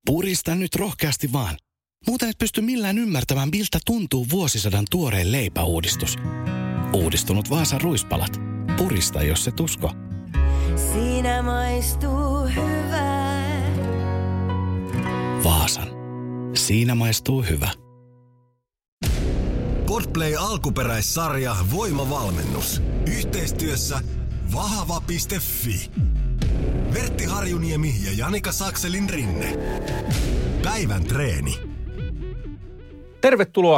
Purista nyt rohkeasti vaan. Muuten et pysty millään ymmärtämään, miltä tuntuu vuosisadan tuoreen leipäuudistus. Uudistunut Vaasan ruispalat. Purista, jos se usko. Siinä maistuu hyvä. Vaasan. Siinä maistuu hyvä. Podplay alkuperäissarja Voimavalmennus. Yhteistyössä vahva.fi. Vertti Harjuniemi ja Janika Sakselin Rinne. Päivän treeni. Tervetuloa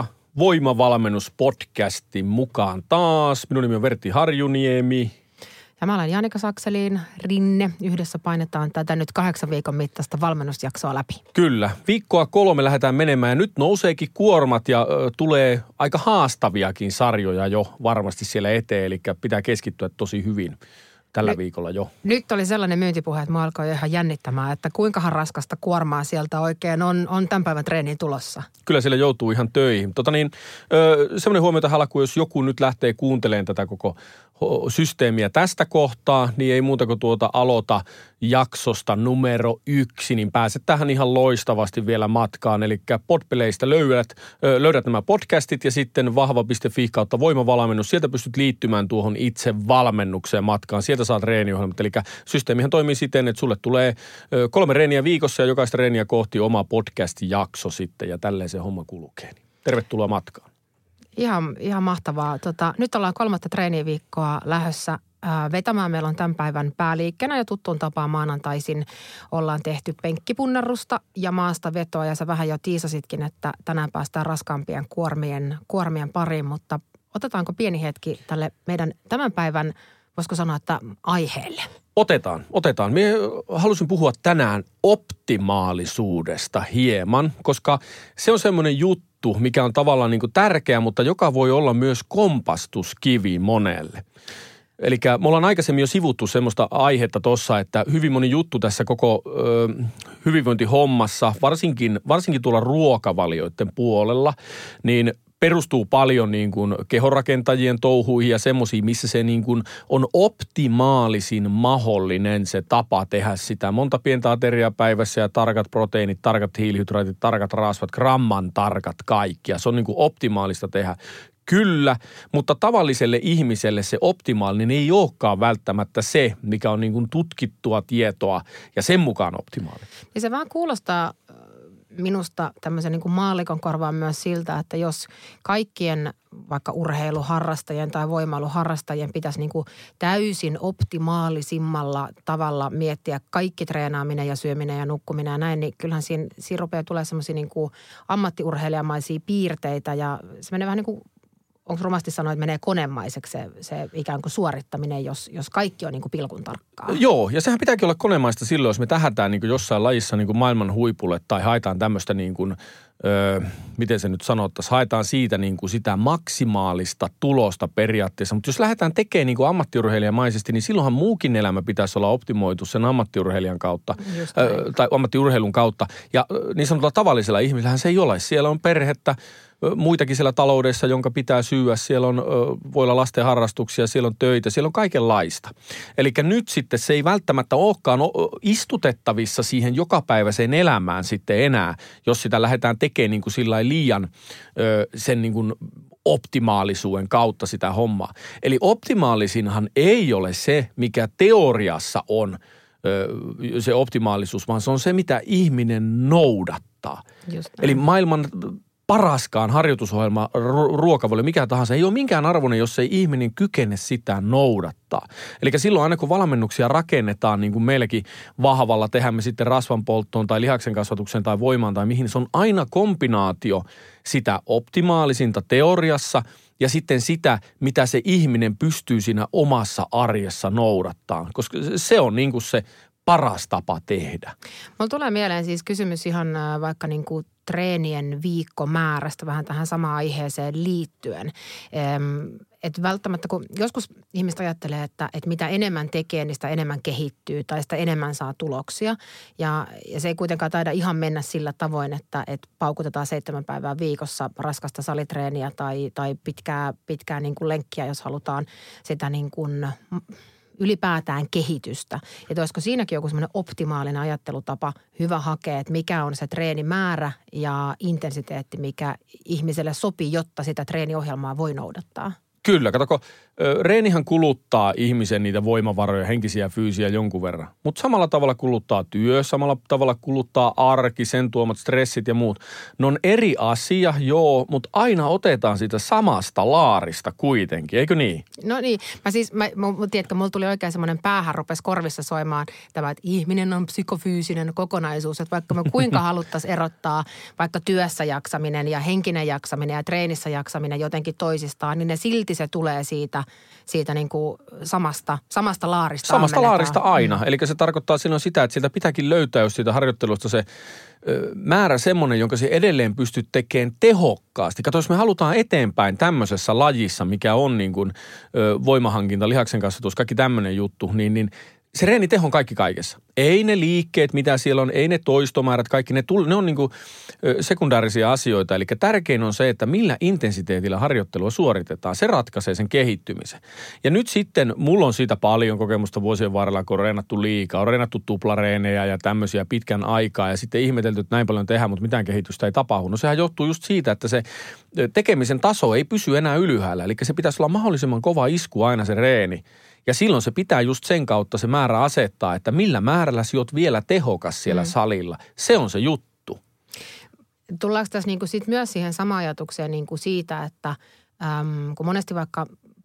Voimavalmennus-podcastin mukaan taas. Minun nimi on Vertti Harjuniemi. Ja mä olen Janika Sakselin Rinne. Yhdessä painetaan tätä nyt 8 viikon mittaista valmennusjaksoa läpi. Kyllä. Viikkoa 3 lähdetään menemään ja nyt nouseekin kuormat ja tulee aika haastaviakin sarjoja jo varmasti siellä eteen. Eli pitää keskittyä tosi hyvin tällä viikolla jo. Nyt oli sellainen myyntipuhe, että mä alkoi ihan jännittämään, että kuinkahan raskasta kuormaa sieltä oikein on tämän päivän treeniin tulossa. Kyllä siellä joutuu ihan töihin. Semmoinen huomiota halku, jos joku nyt lähtee kuuntelemaan tätä koko systeemiä tästä kohtaa, niin ei muuta kuin aloita jaksosta numero 1, niin pääset tähän ihan loistavasti vielä matkaan. Eli Podplaysta löydät nämä podcastit ja sitten vahva.fi kautta voimavalmennus. Sieltä pystyt liittymään tuohon itse valmennukseen matkaan. Sieltä saat treeniohjelmat. Eli systeemihän toimii siten, että sulle tulee 3 treeniä viikossa ja jokaista treeniä kohti oma podcast-jakso sitten ja tälleen se homma kulkee. Tervetuloa matkaan. Ihan mahtavaa. Nyt ollaan 3. treeniviikkoa lähdössä vetämään. Meillä on tämän päivän pääliikkeenä ja tuttuun tapaan maanantaisin ollaan tehty penkkipunnerusta ja maasta vetoa. Ja sä vähän jo tiisasitkin, että tänään päästään raskaampien kuormien pariin, mutta otetaanko pieni hetki tälle meidän tämän päivän, voisiko sanoa, että aiheelle? Otetaan. Minä halusin puhua tänään optimaalisuudesta hieman, koska se on semmoinen juttu, mikä on tavallaan niin kuin tärkeä, mutta joka voi olla myös kompastuskivi monelle. Eli me ollaan aikaisemmin jo sivuttu semmoista aihetta tuossa, että hyvin moni juttu tässä koko hyvinvointihommassa, varsinkin tuolla ruokavalioiden puolella, niin perustuu paljon niin kuin kehonrakentajien touhuihin ja semmoisiin, missä se niin kuin on optimaalisin mahdollinen se tapa tehdä sitä. Monta pientä ateriaa päivässä ja tarkat proteiinit, tarkat hiilihydraatit, tarkat rasvat, gramman tarkat kaikkia. Se on niin kuin optimaalista tehdä. Kyllä, mutta tavalliselle ihmiselle se optimaalinen ei olekaan välttämättä se, mikä on niin kuin tutkittua tietoa ja sen mukaan optimaalinen. Ja se vähän kuulostaa minusta tämmöisen niin kuin maallikon korvaan myös siltä, että jos kaikkien vaikka urheiluharrastajien tai voimailuharrastajien pitäisi niin kuin täysin optimaalisimmalla tavalla miettiä kaikki treenaaminen ja syöminen ja nukkuminen ja näin, niin kyllähän siinä rupeaa tulee semmoisia niin kuin ammattiurheilijamaisia piirteitä ja se menee vähän niin kuin, onko rumasti sanoa, että menee konemaiseksi se ikään kuin suorittaminen, jos kaikki on niin kuin pilkun tarkkaa? Joo, ja sehän pitääkin olla konemaista silloin, jos me tähdätään niin kuin jossain lajissa niin kuin maailman huipulle tai haetaan tämmöistä niin kuin, miten se nyt sanottaisiin, haetaan siitä niin kuin sitä maksimaalista tulosta periaatteessa. Mutta jos lähdetään tekemään niin kuin ammattiurheilijamaisesti, niin silloinhan muukin elämä pitäisi olla optimoitu sen ammattiurheilijan kautta tai ammattiurheilun kautta. Ja niin sanotaan tavallisella ihmisellähän se ei ole. Siellä on perhettä, muitakin siellä taloudessa, jonka pitää syödä. Siellä on, voi olla lasten harrastuksia, siellä on töitä, siellä on kaikenlaista. Eli nyt sitten se ei välttämättä olekaan istutettavissa siihen jokapäiväiseen elämään sitten enää, jos sitä lähdetään tekemään niin kuin sillai liian sen niin kuin optimaalisuuden kautta sitä hommaa. Eli optimaalisinhan ei ole se, mikä teoriassa on se optimaalisuus, vaan se on se, mitä ihminen noudattaa. Eli maailman paraskaan harjoitusohjelma, ruokavalio, mikä tahansa, ei ole minkään arvoinen, jos ei ihminen kykene sitä noudattaa. Eli silloin aina kun valmennuksia rakennetaan, niin kuin meilläkin vahvalla tehdään me sitten rasvanpolttoon tai lihaksen kasvatukseen tai voimaan tai mihin, se on aina kombinaatio sitä optimaalisinta teoriassa ja sitten sitä, mitä se ihminen pystyy siinä omassa arjessa noudattaa, koska se on niin kuin se paras tapa tehdä. Mulla tulee mieleen siis kysymys ihan vaikka niin kuin treenien viikkomäärästä vähän tähän samaan aiheeseen liittyen. Että välttämättä, kun joskus ihmiset ajattelee, että mitä enemmän tekee, niin sitä enemmän kehittyy tai sitä enemmän saa tuloksia. Ja se ei kuitenkaan taida ihan mennä sillä tavoin, että paukutetaan 7 päivää viikossa raskasta salitreeniä tai pitkää niin kuin lenkkiä, jos halutaan sitä niin kuin ylipäätään kehitystä. Että olisiko siinäkin joku semmoinen optimaalinen ajattelutapa hyvä hakea, että mikä on se treenimäärä ja intensiteetti, mikä ihmiselle sopii, jotta sitä treeniohjelmaa voi noudattaa. Kyllä, katsoko, reenihän kuluttaa ihmisen niitä voimavaroja, henkisiä ja fyysisiä jonkun verran. Mutta samalla tavalla kuluttaa työ, samalla tavalla kuluttaa arki, sen tuomat stressit ja muut. Ne on eri asia, joo, mutta aina otetaan siitä samasta laarista kuitenkin, eikö niin? No niin, tiedätkö, mulla tuli oikein semmoinen päähän rupesi korvissa soimaan tämä, että ihminen on psykofyysinen kokonaisuus, että vaikka me kuinka haluttaisiin erottaa vaikka työssä jaksaminen ja henkinen jaksaminen ja treenissä jaksaminen jotenkin toisistaan, niin ne silti se tulee siitä niin kuin samasta laarista. Samasta laarista aina. Eli se tarkoittaa silloin sitä, että sieltä pitääkin löytää, jos siitä harjoittelusta se määrä semmoinen, jonka se edelleen pystyy tekemään tehokkaasti. Kato, jos me halutaan eteenpäin tämmöisessä lajissa, mikä on niin kuin voimahankinta, lihaksen kasvatus, kaikki tämmöinen juttu, niin se reeniteho on kaikki kaikessa. Ei ne liikkeet, mitä siellä on, ei ne toistomäärät, kaikki ne on niin kuin sekundaarisia asioita. Eli tärkein on se, että millä intensiteetillä harjoittelua suoritetaan. Se ratkaisee sen kehittymisen. Ja nyt sitten, mulla on siitä paljon kokemusta vuosien varrella, kun on reenattu liikaa, on reenattu tuplareenejä ja tämmöisiä pitkän aikaa. Ja sitten ihmetelty, että näin paljon tehdään, mutta mitään kehitystä ei tapahdu. No sehän johtuu just siitä, että se tekemisen taso ei pysy enää ylhäällä. Eli se pitäisi olla mahdollisimman kova isku aina se reeni. Ja silloin se pitää just sen kautta se määrä asettaa, että millä määrällä sä oot vielä tehokas siellä salilla. Se on se juttu. Tullaanko tässä niinku sit myös siihen samaan ajatukseen niinku siitä, että kun monesti vaikka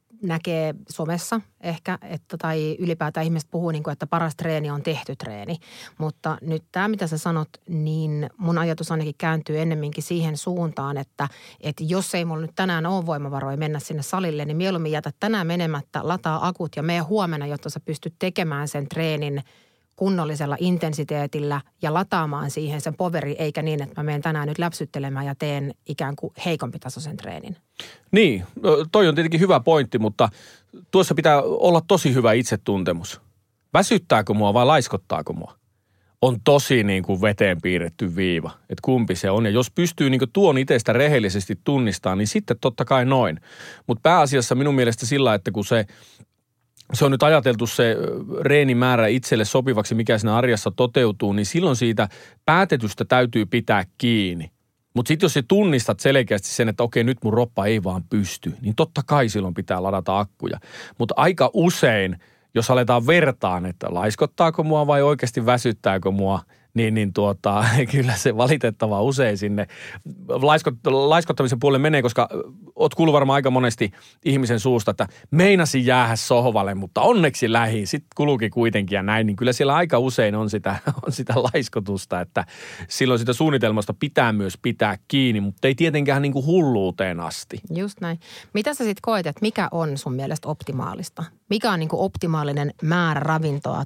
näkee somessa ehkä, että tai ylipäätään ihmiset puhuu niin kuin, että paras treeni on tehty treeni. Mutta nyt tämä, mitä sä sanot, niin mun ajatus ainakin kääntyy ennemminkin siihen suuntaan, että jos ei mulla nyt tänään ole voimavaroja mennä sinne salille, niin mieluummin jätä tänään menemättä, lataa akut ja mene huomenna, jotta sä pystyt tekemään sen treenin kunnollisella intensiteetillä ja lataamaan siihen sen poveri, eikä niin, että mä menen tänään nyt läpsyttelemään ja teen ikään kuin heikompi tasoisen treenin. Niin, toi on tietenkin hyvä pointti, mutta tuossa pitää olla tosi hyvä itsetuntemus. Väsyttääkö mua vai laiskottaako mua? On tosi niin kuin veteen piirretty viiva, että kumpi se on. Ja jos pystyy niin kuin tuon itsestä rehellisesti tunnistamaan, niin sitten totta kai noin. Mutta pääasiassa minun mielestä sillä, että kun se on nyt ajateltu se reenimäärä itselle sopivaksi, mikä siinä arjessa toteutuu, niin silloin siitä päätetystä täytyy pitää kiinni. Mutta sitten jos sä tunnistat selkeästi sen, että okei, nyt mun roppa ei vaan pysty, niin totta kai silloin pitää ladata akkuja. Mutta aika usein, jos aletaan vertaan, että laiskottaako mua vai oikeasti väsyttääkö mua, niin kyllä se valitettavaa usein sinne laiskottamisen puolelle menee, koska oot kuullut varmaan aika monesti ihmisen suusta, että meinasin jäädä sohvalle, mutta onneksi lähin, sitten kulukin kuitenkin ja näin, niin kyllä siellä aika usein on sitä laiskotusta, että silloin sitä suunnitelmasta pitää myös pitää kiinni, mutta ei tietenkään niin kuin hulluuteen asti. Just näin. Mitä sä sitten koet, että mikä on sun mielestä optimaalista? Mikä on niin kuin optimaalinen määrä ravintoa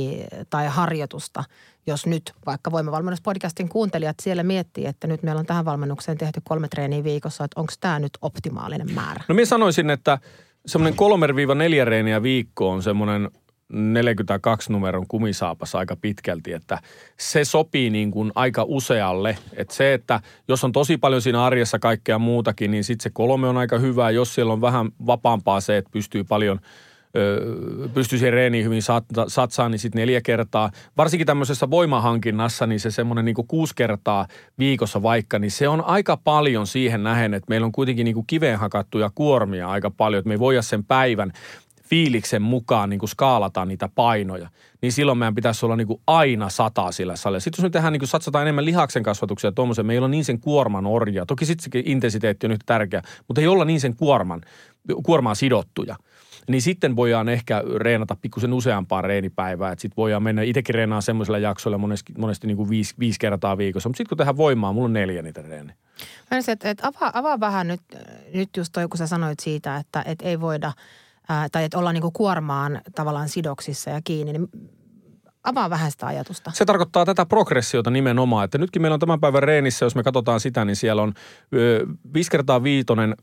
tai harjoitusta, jos nyt vaikka Voimavalmennuspodcastin kuuntelijat siellä miettii, että nyt meillä on tähän valmennukseen tehty 3 treeniä viikossa, että onko tämä nyt optimaalinen määrä? No minä sanoisin, että semmoinen 3-4 reeniä viikko on semmoinen 42 numeron kumisaapas aika pitkälti, että se sopii niin kuin aika usealle. Että se, että jos on tosi paljon siinä arjessa kaikkea muutakin, niin sitten se 3 on aika hyvä. Jos siellä on vähän vapaampaa se, että pystyy siihen reeniin hyvin satsaan, niin sitten 4 kertaa. Varsinkin tämmöisessä voimahankinnassa, niin se semmoinen niin kuin 6 kertaa viikossa vaikka, niin se on aika paljon siihen nähen, että meillä on kuitenkin niin kuin kiveen hakattuja kuormia aika paljon, että me ei voida sen päivän fiiliksen mukaan niin kuin skaalata niitä painoja. Niin silloin meidän pitäisi olla niin kuin aina 100 sillä salilla. Sitten jos me tehdään niin kuin satsataan enemmän lihaksen kasvatuksia ja tuommoisen, me ei olla niin sen kuorman orjaa. Toki sitten se intensiteetti on yhtä tärkeä, mutta ei olla niin sen kuormaan sidottuja. Niin sitten voidaan ehkä reenata pikkusen useampaa reenipäivää. Että sitten voidaan mennä, itsekin reenaa semmoisella jaksoilla monesti niin kuin 5 kertaa viikossa. Mutta sitten kun tehdään voimaa, mulla on 4 niitä reenejä. Mä näin, että avaa vähän nyt just toi, kun sä sanoit siitä, että ei voida, tai että ollaan niin kuin kuormaan tavallaan sidoksissa ja kiinni, niin avaa vähän sitä ajatusta. Se tarkoittaa tätä progressiota nimenomaan, että nytkin meillä on tämän päivän reenissä, jos me katsotaan sitä, niin siellä on 5 kertaa 5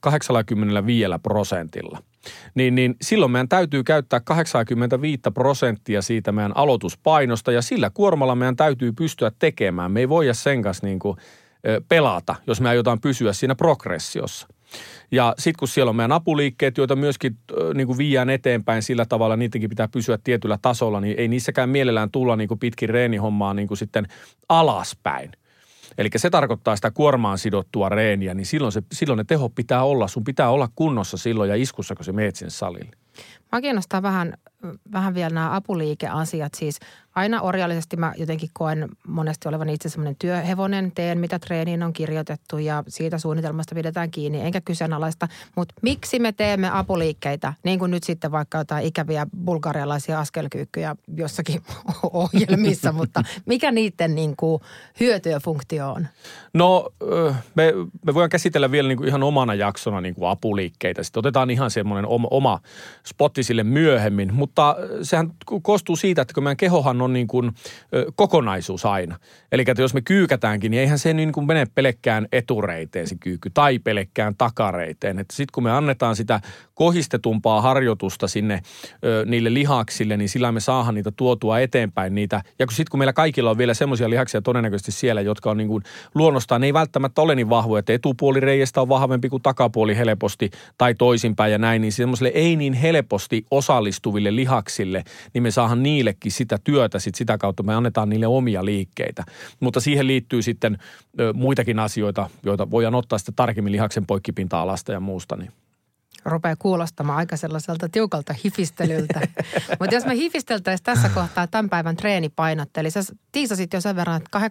85%. Niin silloin meidän täytyy käyttää 85% siitä meidän aloituspainosta ja sillä kuormalla meidän täytyy pystyä tekemään. Me ei voida sen kanssa niin kuin pelata, jos me aiotaan pysyä siinä progressiossa. Ja sitten kun siellä on meidän apuliikkeet, joita myöskin niin kuin viiään eteenpäin sillä tavalla, niidenkin pitää pysyä tietyllä tasolla, niin ei niissäkään mielellään tulla niin kuin pitkin reenihommaa niin kuin sitten alaspäin. Eli se tarkoittaa sitä kuormaan sidottua reeniä, niin silloin ne tehot pitää olla. Sun pitää olla kunnossa silloin ja iskussa, kun sä meet sinne salille. Mä kiinnostaa vähän vielä nämä apuliikeasiat. Siis aina orjallisesti mä jotenkin koen monesti olevan itse semmoinen työhevonen, teen mitä treeniin on kirjoitettu ja siitä suunnitelmasta pidetään kiinni, enkä kyseenalaista. Mutta miksi me teemme apuliikkeitä, niin kuin nyt sitten vaikka jotain ikäviä bulgarialaisia askelkyykkyjä jossakin ohjelmissa, mutta mikä niiden niin kuin hyöty ja funktio on? No me voidaan käsitellä vielä niin kuin ihan omana jaksona niin kuin apuliikkeitä. Sitten otetaan ihan semmoinen oma spotti sille myöhemmin, mutta sehän koostuu siitä, että kun meidän kehohan on niin kuin kokonaisuus aina. Eli että jos me kyykätäänkin, niin eihän se niin kuin mene pelkkään etureiteen se kyykky tai pelkkään takareiteen. Että sitten kun me annetaan sitä kohistetumpaa harjoitusta sinne niille lihaksille, niin sillä me saadaan niitä tuotua eteenpäin niitä. Ja sitten kun meillä kaikilla on vielä semmoisia lihaksia todennäköisesti siellä, jotka on niin kuin luonnostaan, ne ei välttämättä ole niin vahvoja, että etupuoli reiästä on vahvempi kuin takapuoli helposti tai toisinpäin ja näin, niin semmoiselle ei niin helposti osallistuville lihaksille, niin me saadaan niillekin sitä työtä, sitä kautta me annetaan niille omia liikkeitä. Mutta siihen liittyy sitten muitakin asioita, joita voidaan ottaa sitten tarkemmin lihaksen poikkipinta-alasta ja muusta. Niin. Rupeaa kuulostamaan aika sellaiselta tiukalta hifistelyltä. Mutta jos me hifisteltäisiin tässä kohtaa tämän päivän treenipainot, eli sä tiisasit jo sen verran, että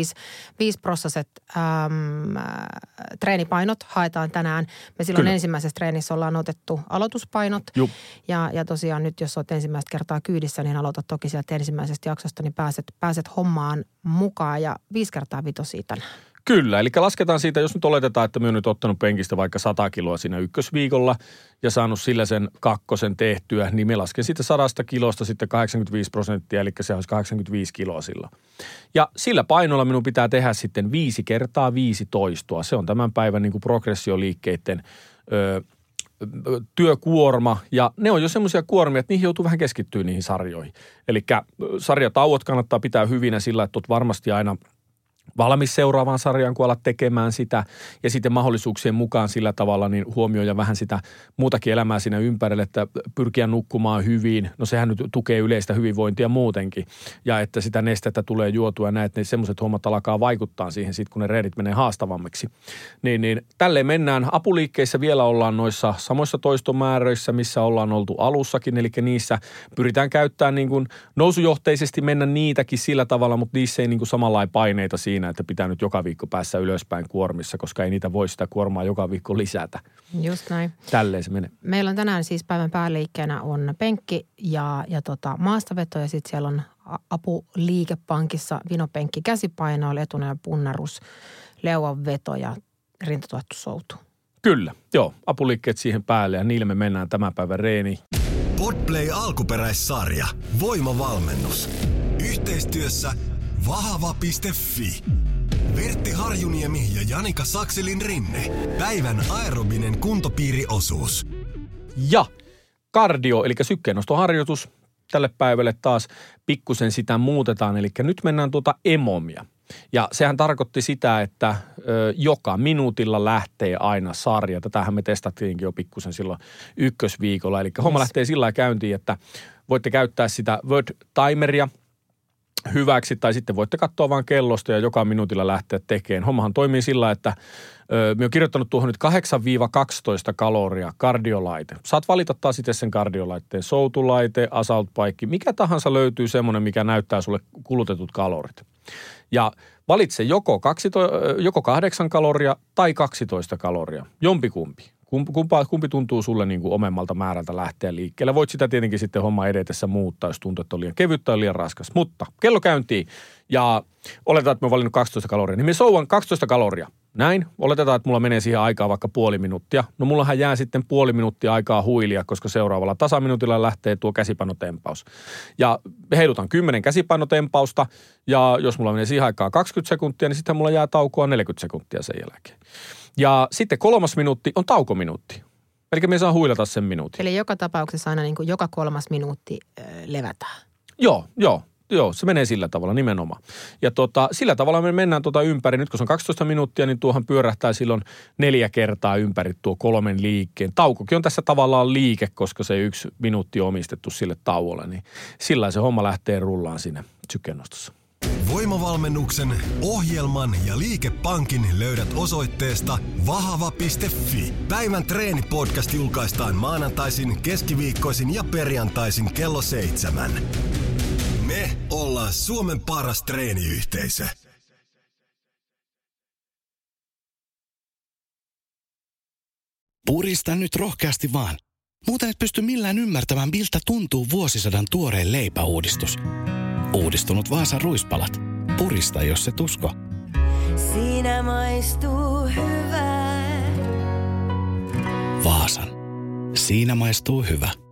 85% treenipainot haetaan tänään. Me silloin Kyllä. ensimmäisessä treenissä ollaan otettu aloituspainot. Ja tosiaan nyt, jos olet ensimmäistä kertaa kyydissä, niin aloitat toki sieltä ensimmäisestä jaksosta, niin pääset hommaan mukaan ja 5 kertaa 5 tänään. Kyllä, eli lasketaan siitä, jos nyt oletetaan, että me on nyt ottanut penkistä vaikka 100 kiloa siinä ykkösviikolla ja saanut sillä sen 2 tehtyä, niin me lasken siitä 100 kilosta sitten 85%, eli se olisi 85 kiloa silloin. Ja sillä painolla minun pitää tehdä sitten 5 kertaa 5 toistoa. Se on tämän päivän niin kuin progressioliikkeiden työkuorma, ja ne on jo semmoisia kuormia, että niihin joutuu vähän keskittyä niihin sarjoihin. Eli sarjatauot kannattaa pitää hyvinä sillä, että olet varmasti aina valmis seuraavaan sarjaan, kun alat tekemään sitä ja sitten mahdollisuuksien mukaan sillä tavalla niin huomioida vähän sitä muutakin elämää siinä ympärille, että pyrkiä nukkumaan hyvin. No sehän nyt tukee yleistä hyvinvointia muutenkin ja että sitä nestettä tulee juotua ja näin, että ne semmoiset hommat alkaa vaikuttaa siihen sitten, kun ne reidit menee haastavammiksi. Niin tälleen mennään. Apuliikkeissä vielä ollaan noissa samoissa toistomääröissä, missä ollaan oltu alussakin, eli niissä pyritään käyttämään niin kuin nousujohteisesti mennä niitäkin sillä tavalla, mutta niissä ei niin kuin samanlainen paineita siinä, että pitää nyt joka viikko päässä ylöspäin kuormissa, koska ei niitä voi sitä kuormaa joka viikko lisätä. Just näin. Tälleen se menee. Meillä on tänään siis päivän pääliikkeenä on penkki ja maastaveto ja sitten siellä on apuliikepankissa vinopenkki käsipainoilla, etunen ja punnerus, leuanveto ja rintatuettu soutu. Kyllä, joo. Apuliikkeet siihen päälle ja niille me mennään tämän päivän reeniin. Podplay alkuperäissarja. Voimavalmennus. Yhteistyössä vahva.fi. Vertti Harjuniemi ja Janika Sakselin Rinne. Päivän aerobinen kuntopiiriosuus. Ja kardio, eli sykkeennostoharjoitus. Tälle päivälle taas pikkusen sitä muutetaan, eli nyt mennään EMOMia. Ja sehän tarkoitti sitä, että joka minuutilla lähtee aina sarja. Tätähän me testattiinkin jo pikkusen silloin ykkösviikolla. Eli homma lähtee sillä lailla käyntiin, että voitte käyttää sitä word-timeria hyväksi, tai sitten voitte katsoa vaan kellosta ja joka minuutilla lähteä tekemään. Hommahan toimii sillä, että me on kirjoittanut tuohon nyt 8-12 kaloria kardiolaite. Saat valita taas itse sen kardiolaitteen, soutulaite, assault bike, mikä tahansa löytyy semmoinen, mikä näyttää sulle kulutetut kalorit. Ja valitse joko 8 kaloria tai 12 kaloria, jompikumpi. Kumpi tuntuu sulle niin kuin omemmalta määrältä lähteä liikkeelle. Voit sitä tietenkin sitten homma edetessä muuttaa, jos tuntuu, että on liian kevyt tai liian raskas. Mutta kello käyntiin ja oletetaan, että mä oon valinnut 12 kaloria. Niin me souvan 12 kaloria. Näin. Oletetaan, että mulla menee siihen aikaa vaikka puoli minuuttia. No mullahan jää sitten puoli minuuttia aikaa huilia, koska seuraavalla tasaminuutilla lähtee tuo käsipainotempaus. Ja heilutan 10 käsipainotempausta ja jos mulla menee siihen aikaa 20 sekuntia, niin sitten mulla jää taukoa 40 sekuntia sen jälkeen. Ja sitten 3. minuutti on taukominuutti. Eli me saa huilata sen minuutin. Eli joka tapauksessa aina niin kuin joka 3. minuutti levätään. Joo. Joo, se menee sillä tavalla nimenomaan. Ja sillä tavalla me mennään ympäri. Nyt kun se on 12 minuuttia, niin tuohan pyörähtää silloin 4 kertaa ympäri tuo 3 liikkeen. Taukokin on tässä tavallaan liike, koska se 1 minuutti on omistettu sille tauolle. Niin sillä se homma lähtee rullaan sinne sykkeenostossa. Voimavalmennuksen, ohjelman ja liikepankin löydät osoitteesta vahava.fi. Päivän treenipodcast julkaistaan maanantaisin, keskiviikkoisin ja perjantaisin kello 7. Me ollaan Suomen paras treeniyhteisö. Purista nyt rohkeasti vaan. Muuten et pysty millään ymmärtämään, miltä tuntuu vuosisadan tuoreen leipäuudistus. Uudistunut Vaasan ruispalat. Purista, jos et usko. Siinä maistuu hyvää. Vaasan. Siinä maistuu hyvä.